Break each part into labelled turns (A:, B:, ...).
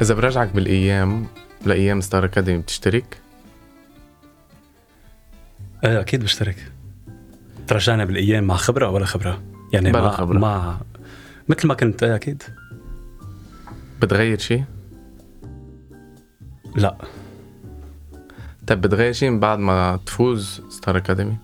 A: إذا برجعك بالأيام لأيام ستار أكاديمي بتشترك؟
B: ايه اكيد بشترك. ترجعنا بالايام مع خبره ولا خبره يعني
A: بلا خبرة.
B: مع مثل ما كنت. ايه اكيد.
A: بتغير شيء؟
B: لا
A: طب بتغير شيء من بعد ما تفوز ستار أكاديمي؟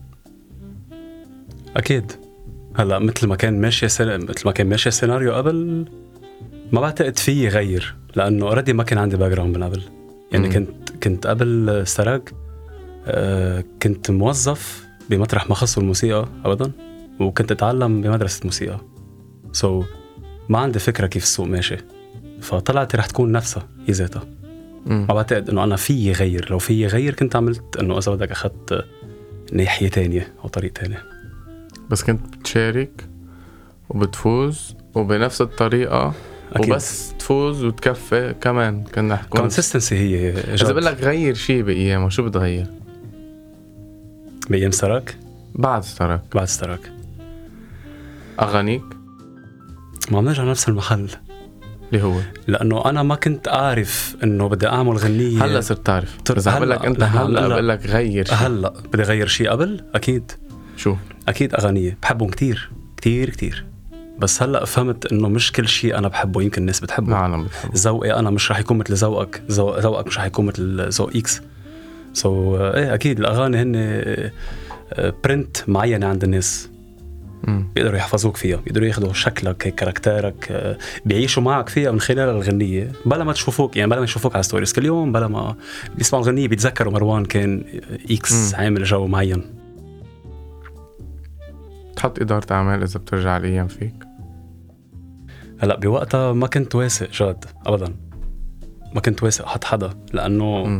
B: اكيد. هلا مثل ما كان ماشي السيناريو قبل، ما بعتقد فيه غير، لانه اوريدي ما كان عندي باك جراوند من قبل. يعني كنت قبل ستاراك كنت موظف بمطرح ما خصو الموسيقى ابدا، وكنت اتعلم بمدرسه موسيقى. ما عندي فكره كيف السوق ماشي، فطلعت رح تكون نفسها هي ذاتها. ما بعتقد انه انا فيي غير. لو فيي غير كنت عملت انه اذا بدك اخذت ناحيه تانية او طريق تاني.
A: بس كنت بتشارك وبتفوز وبنفس الطريقة أكيد. وبس تفوز وتكفي كمان كنا حكون
B: كونسيستنسي هي جد.
A: إذا بقول لك غير شيء بأيامه شو بتغير؟
B: بأيام ستاراك؟
A: بعد ستاراك أغانيك؟
B: ما بنرجع نفس المحل
A: اللي هو
B: لأنه أنا ما كنت أعرف إنه بدي أعمل غنية.
A: هلأ صرت تعرف. إذا بقول لك أنت هلأ بقول لك غير شيء.
B: هلأ بدي غير شيء قبل أكيد.
A: شو؟
B: أكيد أغانية بحبهم كتير كتير كتير، بس هلأ فهمت إنه مش كل شيء أنا بحبه يمكن الناس بتحبه.
A: نعم.
B: ذوقي أنا مش رح يكون مثل ذوقك، ذوقك مش رح يكون مثل ذوق إكس. إيه أكيد الأغاني هن برنت معينة عند الناس. بيقدروا يحفظوك فيها، بيقدروا ياخدوا شكلك هيك كاركترك، بيعيشوا معك فيها من خلال الغنية بلا ما تشوفوك. يعني بلا ما يشوفوك على ستوريز كل يوم، بلا ما بيسمعوا الغنية بيتذكروا مروان كان إكس عامل جو معين.
A: تحط إدارة أعمال إذا بترجع الأيام فيك؟
B: هلأ بوقتها ما كنت واثق جد أبدا، ما كنت واثق حدا لأنه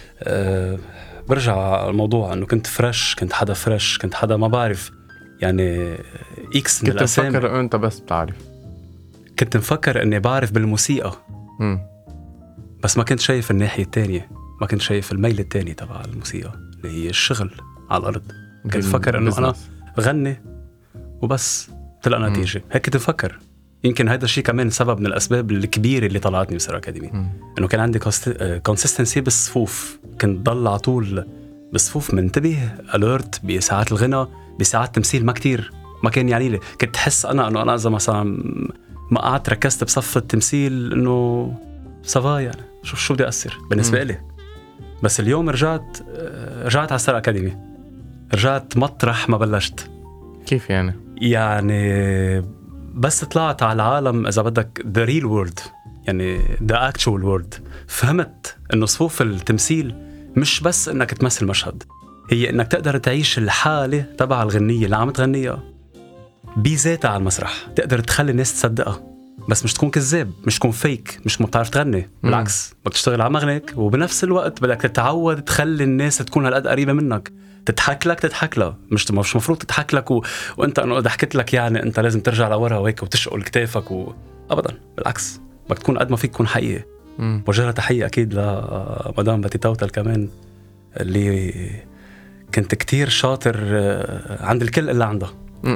B: برجع الموضوع أنه كنت فريش، كنت حدا فريش، كنت حدا ما بعرف يعني إكس من الأسامي.
A: كنت مفكر أنت بس بتعرف؟ كنت
B: مفكر أني بعرف بالموسيقى بس ما كنت شايف الناحية التانية، ما كنت شايف الميل التاني تبع الموسيقى اللي هي الشغل على الأرض. كنت مفكر أنه أنا غني وبس طلع نتيجة. هيك كنت مفكر. يمكن هذا الشيء كمان سبب من الأسباب الكبيرة اللي طلعتني بستار أكاديمي، إنه كان عندي كونسيستنسي بالصفوف. كنت ضل على طول بالصفوف، منتبه أليرت بساعات الغنى، بساعات تمثيل ما كتير ما كان يعني لي. كنت حس أنا إنه أنا إذا مثلا ما قعدت ركزت بصف التمثيل إنه سافا يعني شو بدي أثر بالنسبة لي. بس اليوم رجعت على ستار أكاديمي، رجعت مطرح ما بلشت.
A: كيف يعني؟
B: يعني بس طلعت على العالم إذا بدك the real world، يعني the actual world. فهمت إنه صفوف التمثيل مش بس إنك تمثل مشهد، هي إنك تقدر تعيش الحالة تبع الغنية اللي عم تغنيها بذاتها على المسرح. تقدر تخلي الناس تصدقها، بس مش تكون كذاب، مش تكون فيك، مش ما بتعرف تغني. بالعكس بدك تشتغل على مغنيك، وبنفس الوقت بدك تتعود تخلي الناس تكون هالقد قريبة منك. تضحك لها مش مفروض تضحك لك وانت انه ضحكت لك يعني انت لازم ترجع لورا وهيك وتشقل كتافك ابدا. بالعكس بدك تكون قد ما فيك تكون حقيقي. وجهة تحية اكيد لمدام باتي توتل كمان، اللي كنت كتير شاطر عند الكل الا عندها.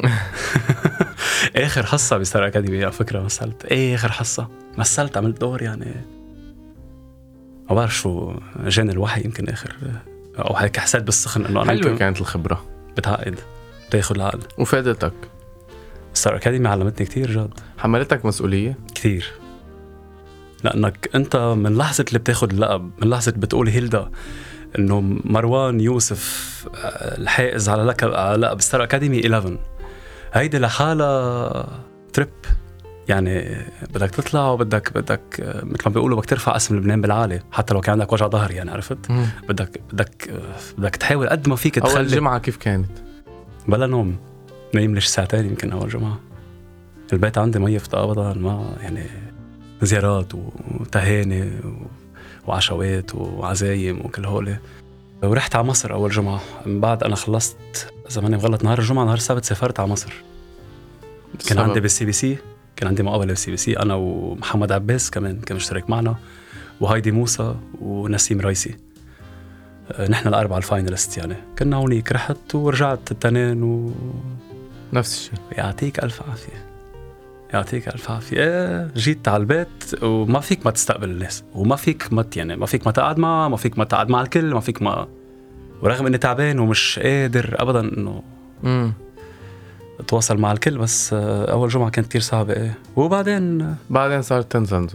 B: اخر حصة بستار أكاديمي على فكرة مثلت، اخر حصة مثلت عملت دور يعني ما بعرف شو جان الوحي، يمكن اخر او هيك حسيت بالسخن انه انا
A: حلوة كانت الخبرة،
B: بتعقد تاخد العقل.
A: وفادتك
B: ستار أكاديمي علمتني كتير جد.
A: حملتك مسؤولية
B: كتير، لأنك أنت من لحظة اللي بتاخد اللقب، من لحظة بتقول هيلدا إنه مروان يوسف الحائز على لقب ستار أكاديمي 11، هيدي لحالة تريب. يعني بدك تطلع وبدك مثل ما بيقولوا بدك ترفع اسم لبنان بالعالي، حتى لو كان عندك وجع ظهر يعني عرفت. بدك تحاول قد ما فيك تخلي.
A: أول جمعة كيف كانت؟
B: بلا نوم، نايم ليش ساعتين يمكن أول جمعة. البيت عندي ما يفتح أبدا، ما يعني زيارات وتهاني وعشوات وعزايم وكل هولي. ورحت على مصر أول جمعة من بعد أنا خلصت زماني مغلط. نهار الجمعة نهار السبت سافرت على مصر. كان عندي بالسي بي سي، كان عندي مقابلة بالسي بي سي أنا ومحمد عباس كمان كان مشترك معنا، وهايدي موسى ونسيم رايسي. نحن الأربعة الفاينالست يعني. كنا هونيك، رحت ورجعت التنين
A: نفس الشيء.
B: يعطيك ألف عافية. يعطيك الف عافيه. جيت على البيت وما فيك ما تستقبل الناس، وما فيك ما يعني ما فيك ما تقعد معه، ما فيك ما تقعد مع الكل، ما فيك ما، ورغم اني تعبان ومش قادر ابدا انه اتواصل مع الكل، بس اول جمعه كانت كتير صعبه. وبعدين
A: صار تنزنزو.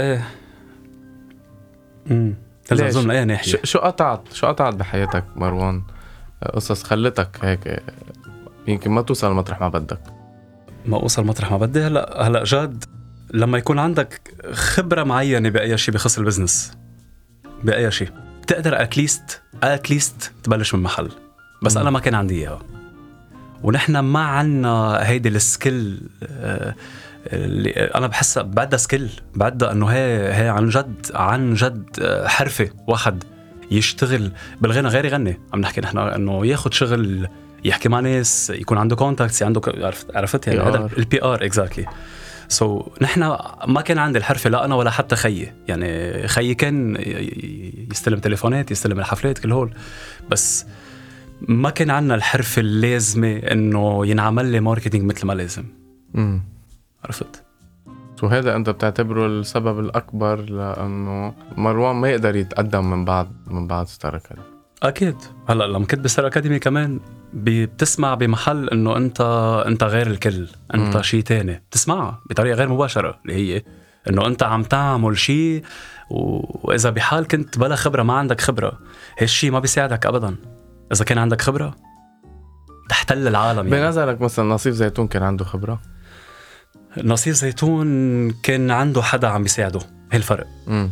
B: تنزنزو من اي ناحيه؟
A: شو قطعت بحياتك مروان؟ قصص خلتك هيك يمكن ما توصل مطرح ما بدك؟
B: ما اوصل مطرح ما بدي. هلا جد لما يكون عندك خبره معينه باي شيء بخص البزنس، باي شيء بتقدر اتليست تبلش من محل. بس انا ما كان عندي اياها، ونحن ما عنا هيدي السكيل اللي انا بحسها بعدها سكيل، بعدها انه هي عن جد حرفه. واحد يشتغل بالغنى غير يغني، عم نحكي نحن انه ياخد شغل، يحكي مع ناس، يكون عنده كونتاكتس، عنده عرفت يعني هذا البي ار اكزاكتلي. نحن ما كان عندي الحرفه، لا انا ولا حتى خيي. يعني خيي كان يستلم تليفونات، يستلم الحفلات، كل هول، بس ما كان عندنا الحرفه اللازمه انه ينعمل لي ماركتينج مثل ما لازم. عرفت؟
A: وهذا انت بتعتبره السبب الاكبر لانه مروان ما يقدر يتقدم من بعد ستار اكاديمي؟ اكيد.
B: هلا لما كنت بستار اكاديمي كمان بتسمع بمحل انه انت غير الكل، انت شيء تاني، بتسمعها بطريقه غير مباشره، اللي هي انه انت عم تعمل شيء، واذا بحال كنت بلا خبره، ما عندك خبره، هالشيء ما بيساعدك ابدا. اذا كان عندك خبره تحتل العالم. يعني
A: بنظرك مثلا نصيف زيتون كان عنده خبره؟
B: نصيف زيتون كان عنده حدا عم بيساعده، هالفرق.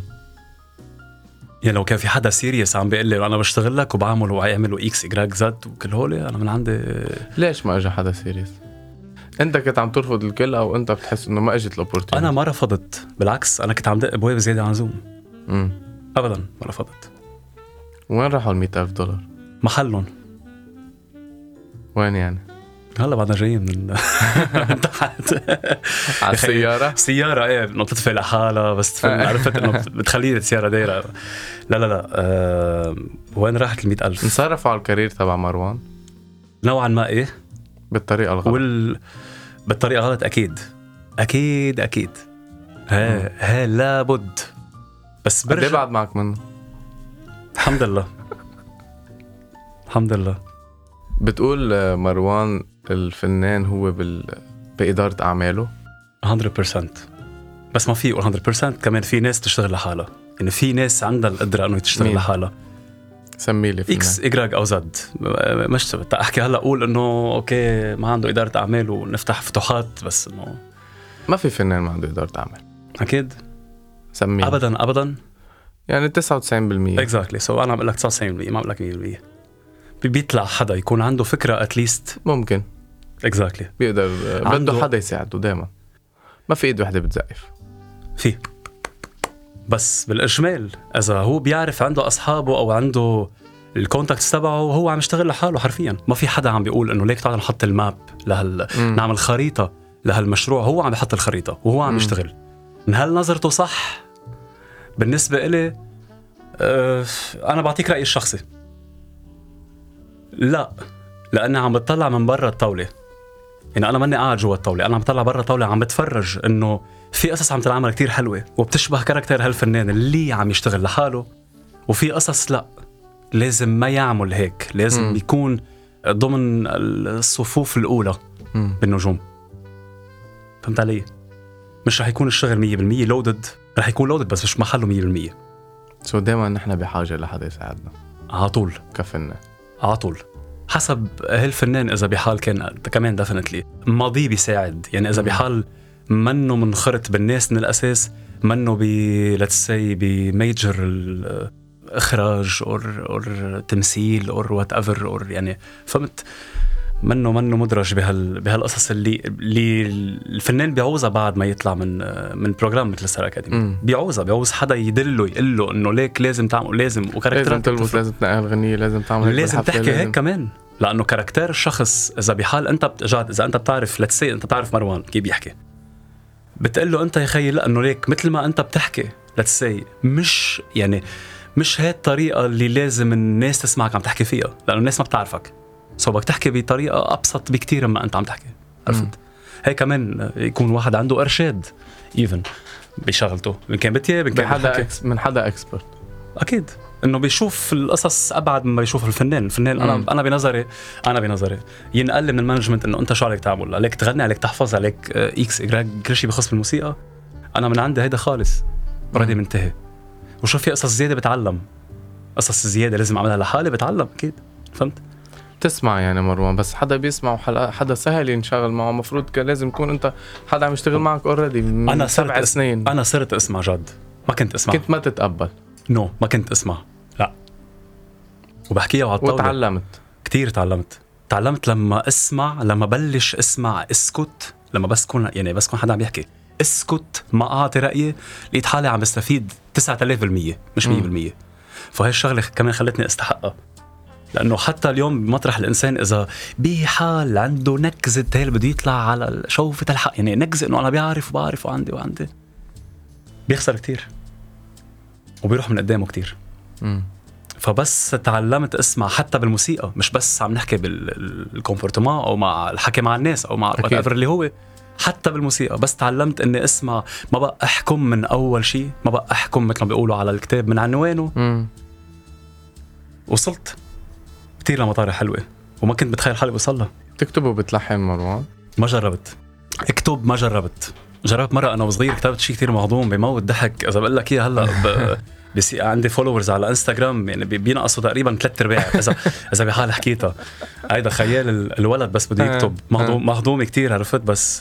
B: يعني لو كان في حدا سيريس عم بيقول لي انا بشتغل لك وبعمل وعيعملوا اكس اجراك زد وكل هولي، انا من عندي.
A: ليش ما اجى حدا سيريس؟ انت كنت عم ترفض الكل او انت بتحس انه ما اجت الاوبورتيونيتي؟
B: انا ما رفضت، بالعكس انا كنت عم دق ابواب زياده عن اللزوم. ابدا ما رفضت.
A: وين راحوا $100,000؟
B: محلهم.
A: وين يعني؟
B: هلا بعدنا جايين من تحت
A: على السيارة؟
B: سيارة ايه نطت لحالها، بس عرفت انه بتخليني السيارة دايرة. لا وين راحت 100,000؟
A: انصرفوا على الكارير تبع مروان
B: نوعا ما. ايه
A: بالطريقة الغلط.
B: بالطريقة غلط اكيد. ها لابد. بس برجع
A: بعد معك منه.
B: الحمد لله.
A: بتقول مروان الفنان هو بإدارة أعماله
B: 100%. بس ما في 100%، كمان في ناس تشتغل لحالها. يعني في ناس عندها القدرة انه تشتغل لحالها.
A: سميلي فنان
B: اكس اجراك او زد، مش احكي هلا اقول انه اوكي ما عنده إدارة أعمال ونفتح فتوحات، بس انه
A: ما في فنان ما عنده إدارة أعمال.
B: اكيد.
A: سميلي.
B: ابدا
A: يعني 99%.
B: اكزاكتلي. سو انا بقول لك 99%، ما بقول لك 100%. بيطلع حدا يكون عنده فكرة اتليست.
A: ممكن.
B: اكزاكتلي.
A: بيقدر بده حدا يساعده دائما. ما في ايد وحدة بتزقف.
B: في. بس بالإجمال إذا هو بيعرف عنده أصحابه أو عنده الكونتاكتس تبعه، وهو عم يشتغل لحاله حرفيا. ما في حدا عم بيقول إنه ليك تعال نحط الماب نعمل خريطة لهالمشروع. هو عم يحط الخريطة وهو عم يشتغل. من هالنظرته صح بالنسبة إلي. أنا بعطيك رأيي الشخصي. لا، لأني عم بتطلع من برا الطاولة. يعني أنا ماني قاعد جوا الطاولة، أنا عم بتطلع برا الطاولة، عم بتفرج إنه في قصص عم تنعمل كتير حلوة وبتشبه كاركتر هالفنان اللي عم يشتغل لحاله، وفي قصص لا، لازم ما يعمل هيك، لازم يكون ضمن الصفوف الأولى بالنجوم. فهمت علي؟ مش رح يكون الشغل 100% لودد، رح يكون لودد بس مش محله 100%.
A: سو دايما نحن بحاجة لحدا يساعدنا
B: عطول
A: كفنان،
B: عطول حسب هالفنان. إذا بحال كان كمان دفنتلي ماضي بيساعد، يعني إذا بحال منه منخرط بالناس من الأساس، منه لتسي بميجر الإخراج أو تمثيل أو whatever، يعني فهمت، منه مدرج بهالقصص اللي الفنان بيعوزها بعد ما يطلع من بروجرام مثل ستار اكاديمي. بيعوز حدا يدله يقول له انه ليك لازم تعمل، لازم
A: لازم تلبس، لازم تنقل غنية، لازم تعمل هيك،
B: لازم تحكي هيك كمان. لانه كاركتير الشخص اذا بحال انت اذا انت بتعرف لتسي انت بتعرف مروان كيف بيحكي، بتقول له انت يا خيي لا انه ليك مثل ما انت بتحكي لتسي، مش هي الطريقه اللي لازم الناس تسمعك عم تحكي فيها، لانه الناس ما بتعرفك. بدك تحكي بطريقة أبسط بكتير مما أنت عم تحكي. عرفت؟ هي كمان يكون واحد عنده ارشاد ايفن بشغلته، من كان بتيه
A: من حدا اكسبرت
B: اكيد انه بيشوف القصص ابعد مما بيشوف الفنان. انا بنظري ينقل من المانجمنت انه انت شو عليك تعمل، عليك تغني، عليك تحفظ، عليك اكس كل شيء بخص بالموسيقى. انا من عندي هيدا خالص اوريدي منتهي. وشوف في قصص زياده بتعلم، قصص زياده لازم اعملها لحالي بتعلم اكيد. فهمت؟
A: تسمع يعني مروان، بس حدا بيسمع حدا سهل ينشغل معه، مفروض لازم يكون انت حدا عم يشتغل معك اوريدي من 7 سنين.
B: انا صرت اسمع جد، ما كنت اسمع.
A: كنت ما تتقبل؟
B: ما كنت اسمع، لا. وبحكيها على الطاولة.
A: وتعلمت
B: كتير. تعلمت لما اسمع، لما بلش اسمع اسكت، لما بس كون حدا عم يحكي اسكت ما اعطي رأيي، لقيت حالي عم بستفيد 9000% مش 100%. فهي الشغلة كمان خلتني استحقها، لأنه حتى اليوم بمطرح الإنسان إذا بحال عنده نكزة هيل بده يطلع على شوفة الحق، يعني نكزة إنه أنا بعرف وعندي بيخسر كتير وبيروح من قدامه كتير. فبس تعلمت اسمع حتى بالموسيقى، مش بس عم نحكي بالكونفورتمان أو مع الحكي مع الناس أو مع whatever اللي هو، حتى بالموسيقى بس تعلمت إني اسمع، ما بقى أحكم من أول شيء، ما بقى أحكم مثل ما بيقولوا على الكتاب من عنوانه. وصلت كتير لمطارح حلوة وما كنت بتخيل حالي بوصلها.
A: تكتب وبتلحن مروان؟
B: ما جربت اكتب، ما جربت مرة أنا وصغير كتبت شيء كتير مهضوم بموت ضحك. إذا بقول لك إيه هلا عندي فولورز على انستغرام يعني بينقصوا تقريبا 3/4 إذا بحال حكيتها. هيدا خيال الولد بس بده يكتب. مهضوم كتير عرفت. بس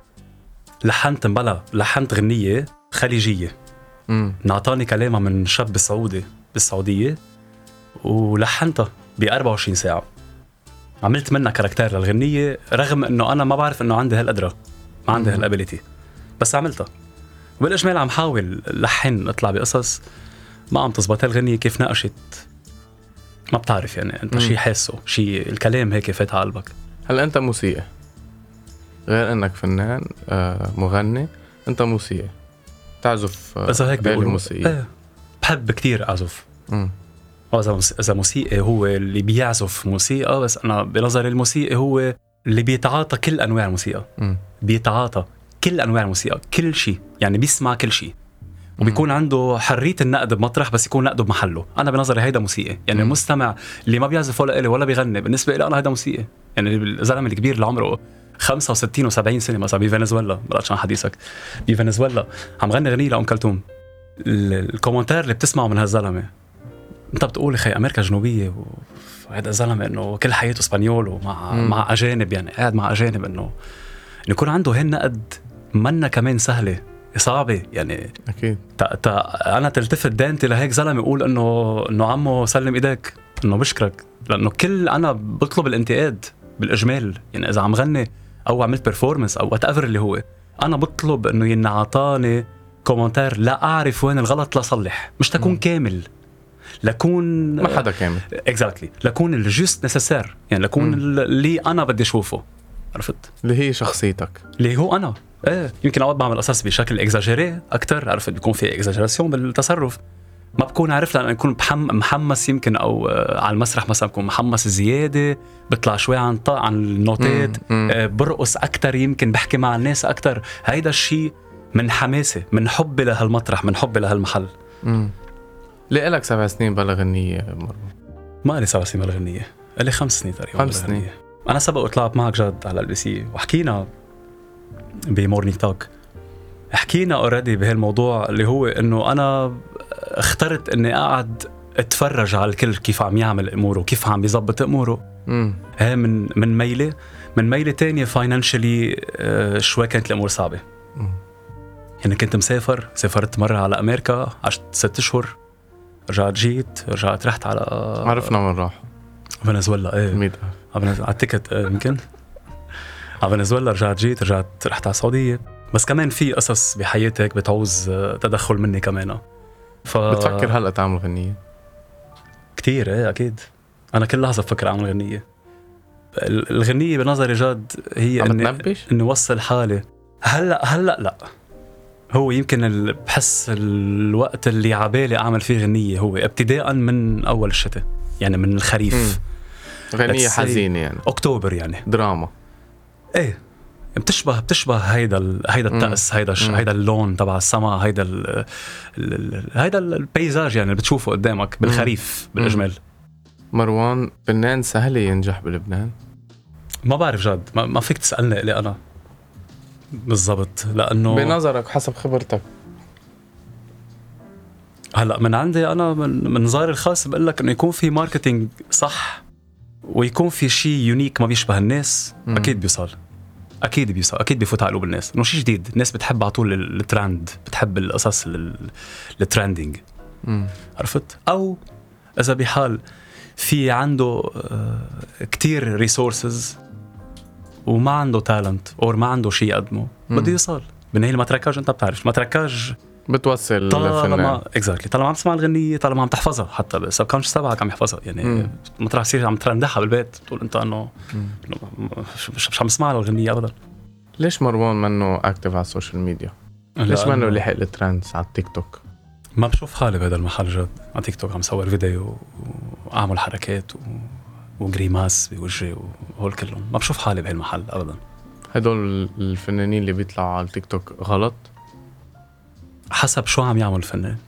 B: لحنت غنية خليجية نعطاني كلامها من شاب سعودي بالسعودية ولحنتها ب24 ساعة. عملت منها كاركتير للغنية رغم انه انا ما بعرف انه عندي هالقدرة، ما عندي هالابيليتي، بس عملتها. وبالاجمال عم حاول لحن اطلع بقصص ما عم تزبط. هالغنية كيف ناقشت ما بتعرف يعني انت شيء حاسه، شيء الكلام هيك فات على قلبك.
A: هلا انت موسيقى غير انك فنان مغني، انت موسيقى تعزف
B: بالموسيقى. بحب كتير اعزف. إذا موسيقي هو اللي بيعزف موسيقى، بس أنا بنظري الموسيقي هو اللي بيتعاطى كل أنواع الموسيقى. بيتعاطى كل أنواع الموسيقى، كل شيء يعني بيسمع كل شيء وبيكون عنده حرية النقد بمطرح، بس يكون نقده بمحله. أنا بنظري هيدا موسيقي يعني. المستمع اللي ما بيعزف ولا إلي ولا بيغني بالنسبة لي أنا هيدا موسيقي يعني. الزلمة الكبير اللي عمره 65 و70 سنة مثلا بفنزويلا، بلاش عن حديثك، بفنزويلا عم غني غنية لأم كلثوم، الكومنتار اللي بتسمعه من هالزلمة انت بتقول اخي امريكا الجنوبيه وهذا زلمه انه كل حياته اسبانيول ومع اجانب، يعني قاعد مع اجانب، انه يكون عنده هالنقد منا كمان سهله، صعبه يعني.
A: اكيد
B: انا تلتفت دانتي لهيك زلمه يقول انه عمو سلم ايدك، انه بشكرك، لانه كل انا بطلب الانتقاد بالاجمال يعني. اذا عم غني او عملت بيرفورمانس او وات ايفر اللي هو، انا بطلب انه ينعطاني كومنتار لا اعرف وين الغلط لاصلح، مش تكون كامل، لكون
A: ما حدا كامل
B: اكزاكتلي، لكون الجست نسيسير يعني، لكون اللي انا بدي اشوفه، عرفت، اللي
A: هي شخصيتك،
B: اللي هو انا. يمكن اوقات بعمل قصص بشكل اكزاجيري اكتر، عرفت، بيكون في اكزاجيراسيون بالتصرف، ما بكون عارف لأن أكون محمس يمكن، أو على المسرح مثلا بكون محمس زيادة، بطلع شوي عن النوتات، برقص أكتر، يمكن بحكي مع الناس أكتر. هيدا الشيء من حماسة، من حب لهالمطرح، من حب لهالمحل.
A: ليه لك 7 سنين بلا غنية مرة؟
B: ما لي 7 سنين بلا غنية، لي 5 سنين تقريبا. 5 سنين. أنا سبق وطلعت معك جد على البي وحكينا بمورنينج توك، حكينا اوريدي بهالموضوع اللي هو انه انا اخترت اني اقعد اتفرج على الكل كيف عم يعمل اموره، كيف عم بيزبط اموره. هي من ميلة تانية فاينانشلي شوي كانت الامور صعبة. يعني كنت سافرت مرة على امريكا، عشت 6 أشهر، رجعت رحت على
A: عرفنا وين راح،
B: فنزويلا. على التيكت يمكن على فنزويلا، رجعت رحت على السعودية. بس كمان في قصص بحياتك بتعوز تدخل مني كمان.
A: بتفكر هلأ تعمل غنية؟
B: كتير اكيد. انا كل لحظة بفكر اعمل غنية. الغنية بنظري جد هي اني وصل حالي. هلا لا، هو يمكن بحس الوقت اللي عبالي اعمل فيه غنية هو ابتداء من اول الشتاء، يعني من الخريف.
A: غنية حزينة يعني،
B: اكتوبر، يعني
A: دراما.
B: ايه بتشبه هيدا الطقس، هيدا اللون تبع السما، هيدا البيزاج يعني اللي بتشوفه قدامك بالخريف بالإجمال.
A: مروان، فنان سهل ينجح بلبنان؟
B: ما بعرف جد، ما فيك تسألني إلي أنا بالضبط، لأنه
A: بنظرك حسب خبرتك.
B: هلا من عندي أنا من منظاري الخاص بقول لك إنه يكون في ماركتينج صح ويكون في شيء يونيك ما بيشبه الناس، أكيد بيوصل، أكيد بيفوت على قلوب الناس، إنه شيء جديد. الناس بتحب على طول الترند، بتحب القصص الترندينج، عرفت؟ أو إذا بحال في عنده كتير ريسورسز وما عنده تالنت أو ما عنده شيء يقدمه، بده يوصل. بالنهاية المتركاج أنت بتعرف المتركاج
A: بتوصل
B: طالما طالما عم تسمع الغنية، طالما عم تحفظها، حتى بالسبكونشس تبعك عم يحفظها يعني. مطرح تصير عم ترندحها بالبيت تقول انت انه مش عم تسمع الغنية ابدا.
A: ليش مروان منه اكتف على السوشيال ميديا؟ ليش منه لحق الترندز على التيك توك؟
B: ما بشوف حالي بهذا المحل جد. على تيك توك عم صور فيديو واعمل حركات وغريماس بوجهي وهول كلهم، ما بشوف حالي بهالمحل ابدا.
A: هدول الفنانين اللي بيطلعوا على التيك توك غلط
B: حسب شو عم يعمل الفنان.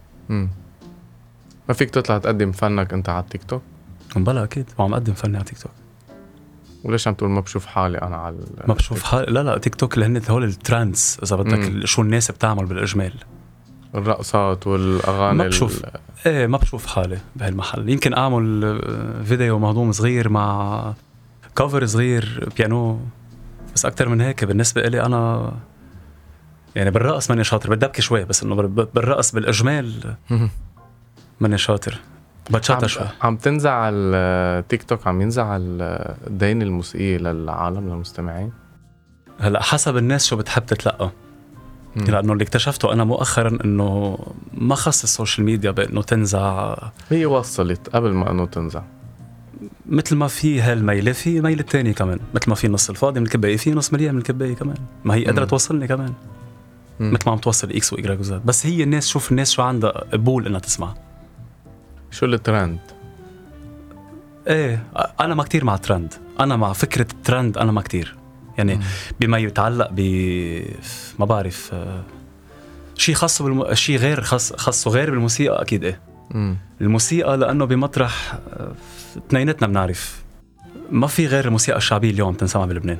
A: ما فيك تطلع تقدم فنك انت على التيك توك؟
B: بلا اكيد وعم اقدم فني على تيك توك.
A: وليش عم تقول ما بشوف حالي انا على
B: ما بشوف حالي؟ لا تيك توك اللي هن هول الترندز اذا بدك، شو الناس بتعمل بالاجمال،
A: الرقصات والاغاني.
B: ما بشوف ما بشوف حالي بهالمحل. يمكن اعمل فيديو مهضوم صغير مع كفر صغير بيانو، بس اكتر من هيك بالنسبه لي انا يعني بالرقص ماني شاطر. بدي شوي بس انه بالرقص بالاجمال ماني شاطر، بتشاطر شوي.
A: عم تنزع على التيك توك، عم ينزع الدين الموسيقية للعالم للمستمعين.
B: هلا حسب الناس شو بتحب تتلقى. لانه اللي اكتشفته انا مؤخرا انه ما خص السوشيال ميديا بانه تنزع، هي
A: وصلت قبل ما انه تنزع.
B: مثل ما في هالميله في ميله تانية كمان، مثل ما في نص الفاضي من الكبايه في نص مليان من الكبايه كمان. ما هي قادره توصلني كمان مثل ما عم توصل اكس وايجريك وزد. بس هي الناس، شوف الناس شو عندها قبول انها تسمع. شو
A: الترند؟
B: ايه انا ما كتير مع الترند، انا مع فكره الترند، انا ما كتير يعني. بما يتعلق ب ما بعرف شيء خاص شيء غير خاصه غير بالموسيقى اكيد. ايه الموسيقى لانه بمطرح اثنيناتنا بنعرف ما في غير الموسيقى الشعبيه اليوم تنسمع بلبنان.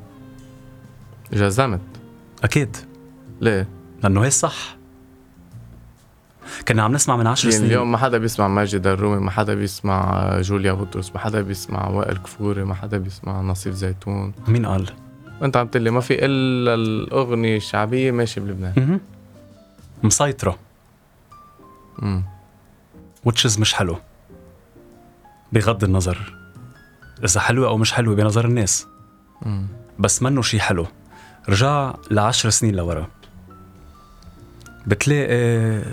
A: جزمت
B: اكيد.
A: ليه؟
B: لانه هي الصح. كنا عم نسمع من 10 سنين.
A: اليوم ما حدا بيسمع ماجد الرومي، ما حدا بيسمع جوليا بطرس، ما حدا بيسمع وائل كفوري، ما حدا بيسمع نصيف زيتون.
B: مين قال؟
A: انت عم تقول لي ما في الا الاغنيه الشعبيه ماشي بلبنان.
B: مسيطره. وتشز مش حلو بغض النظر اذا حلوه او مش حلوه بنظر الناس. بس منه شي حلو. رجع ل10 سنين لورا بتلاقي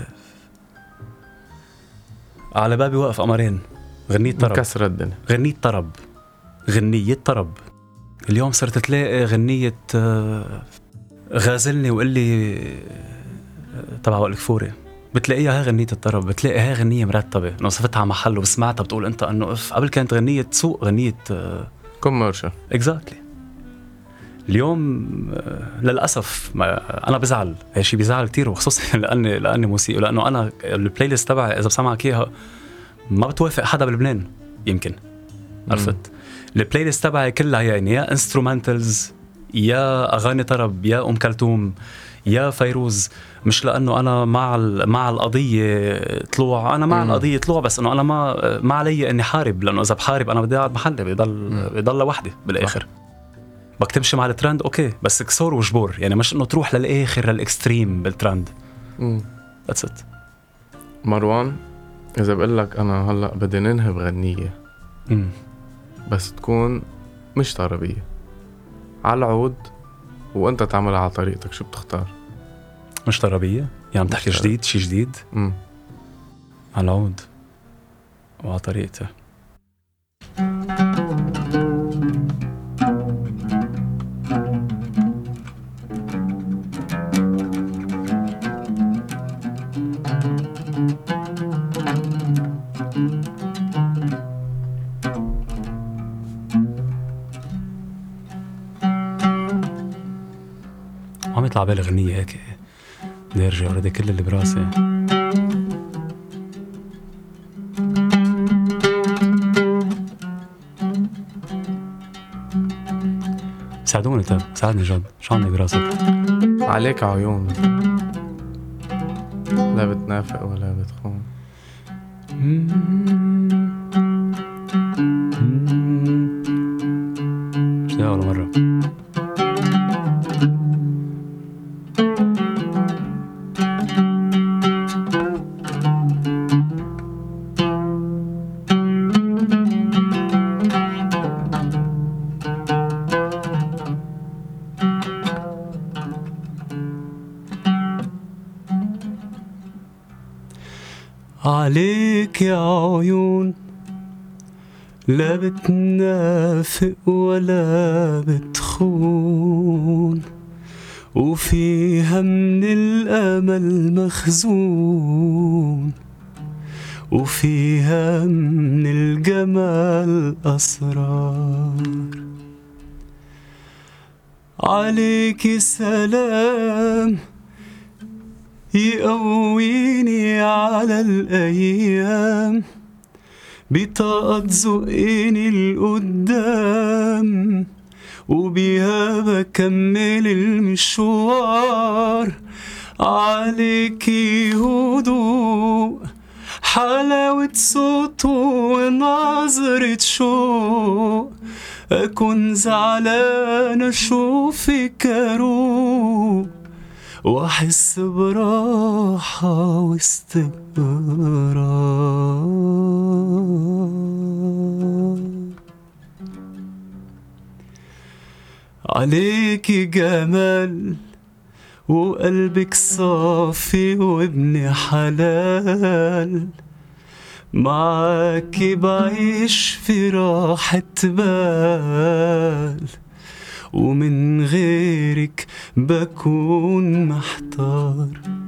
B: على بابي واقف قمرين، غنية طرب،
A: مكسر الدنيا،
B: غنية طرب. اليوم صرت تلاقي غنية غازلني وقلي تبع وائل كفوري، بتلاقيها هاي غنية الطرب، بتلاقي هاي غنية مرتبة انه صفتها محل وسمعتها بتقول انت انه قبل كانت غنية سوق، غنية
A: كوميرشال.
B: اكزاكتلي. اليوم للأسف أنا بزعل، هاي شيء بيزعل كتير، وخصوصا لأني موسيقى، لأنه أنا البلاي ليست تبعي إذا بسمعك إياها ما بتوافق حدا بلبنان. يمكن عرفت البلاي ليست تبعي كلها يعني يا انسترومنتالز، يا أغاني طرب، يا أم كلثوم، يا فيروز. مش لأنه أنا مع القضية طلوع، أنا مع القضية طلوع، بس إنه أنا ما علي إني حارب، لأنه إذا بحارب أنا بدي أقعد محلي، بيضل لوحدي بالآخر. بدك تمشي مع الترند اوكي، بس كسور وجبور يعني، مش انه تروح للاخر للاكستريم بالترند. ذاتس ات.
A: مروان، اذا بقول لك انا هلا بدي ننهب غنيه بس تكون مش طربيه على العود وانت تعملها على طريقتك، شو بتختار؟
B: مش طربيه يعني بتحكي جديد، شيء جديد على العود وعلى طريقته. بيطلع بالي غنية هيك ديرجي ورد كل اللي براسي. ساعدوني طيب، ساعدني جد، شو عندك براسك؟
A: عليك عيون لا بتنافق ولا بتخون.
B: مش ده أول مرة. عليك يا عيون لا بتنافق ولا بتخون، وفيها من الأمل مخزون، وفيها من الجمال أسرار. عليك سلام يقويني على الأيام، بطاقة تزقني لقدام، وبيها بكمل المشوار. عليكي هدوء حلاوة صوت ونظرة شوق، أكون زعلان أشوفك أروق، وأحس براحة واستقرار. عليكي جمال وقلبك صافي وابن حلال، معاكي بعيش في راحة بال، ومن غيرك بكون محتار.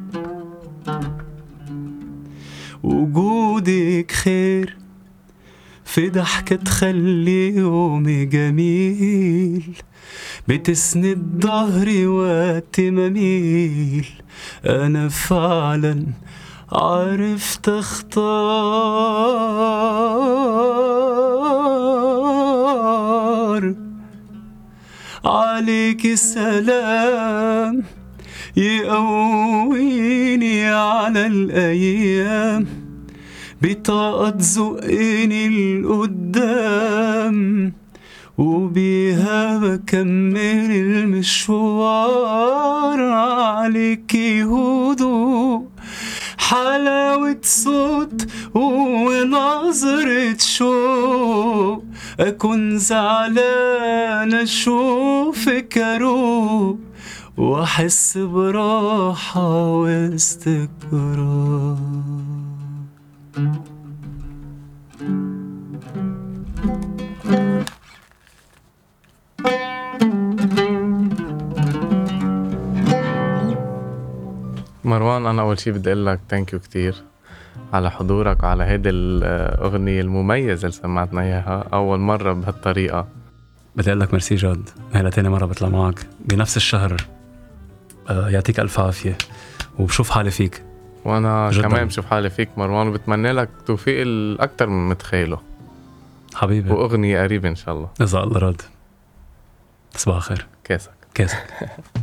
B: وجودك خير في ضحكة تخلي يومي جميل، بتسند ظهري وقت ما اميل. انا فعلا عرفت اختار. عليك سلام يقويني على الأيام، بطاقة تزقني لقدام، وبيها بكمل المشوار. عليكي هدوء حلاوة صوت ونظرة شوق، أكون زعلان أشوفك أروق، وأحس براحة واستقرار.
A: مروان، أنا أول شي بدي أقول لك ثانك يو كتير على حضورك وعلى هيدي الأغنية المميزة اللي سمعتنا إياها أول مرة بهالطريقة.
B: بدي أقول لك مرسي جد، هلا تاني مرة بطلع معك بنفس الشهر. يعطيك ألف عافية وبشوف حالي فيك.
A: وأنا
B: جداً.
A: كمان بشوف حالي فيك مروان، وبتمنى لك توفيق الأكتر من متخيله
B: حبيبي،
A: وأغنية قريبة إن شاء الله.
B: إذا الله راد. تصبح خير.
A: كاسك
B: كاسك.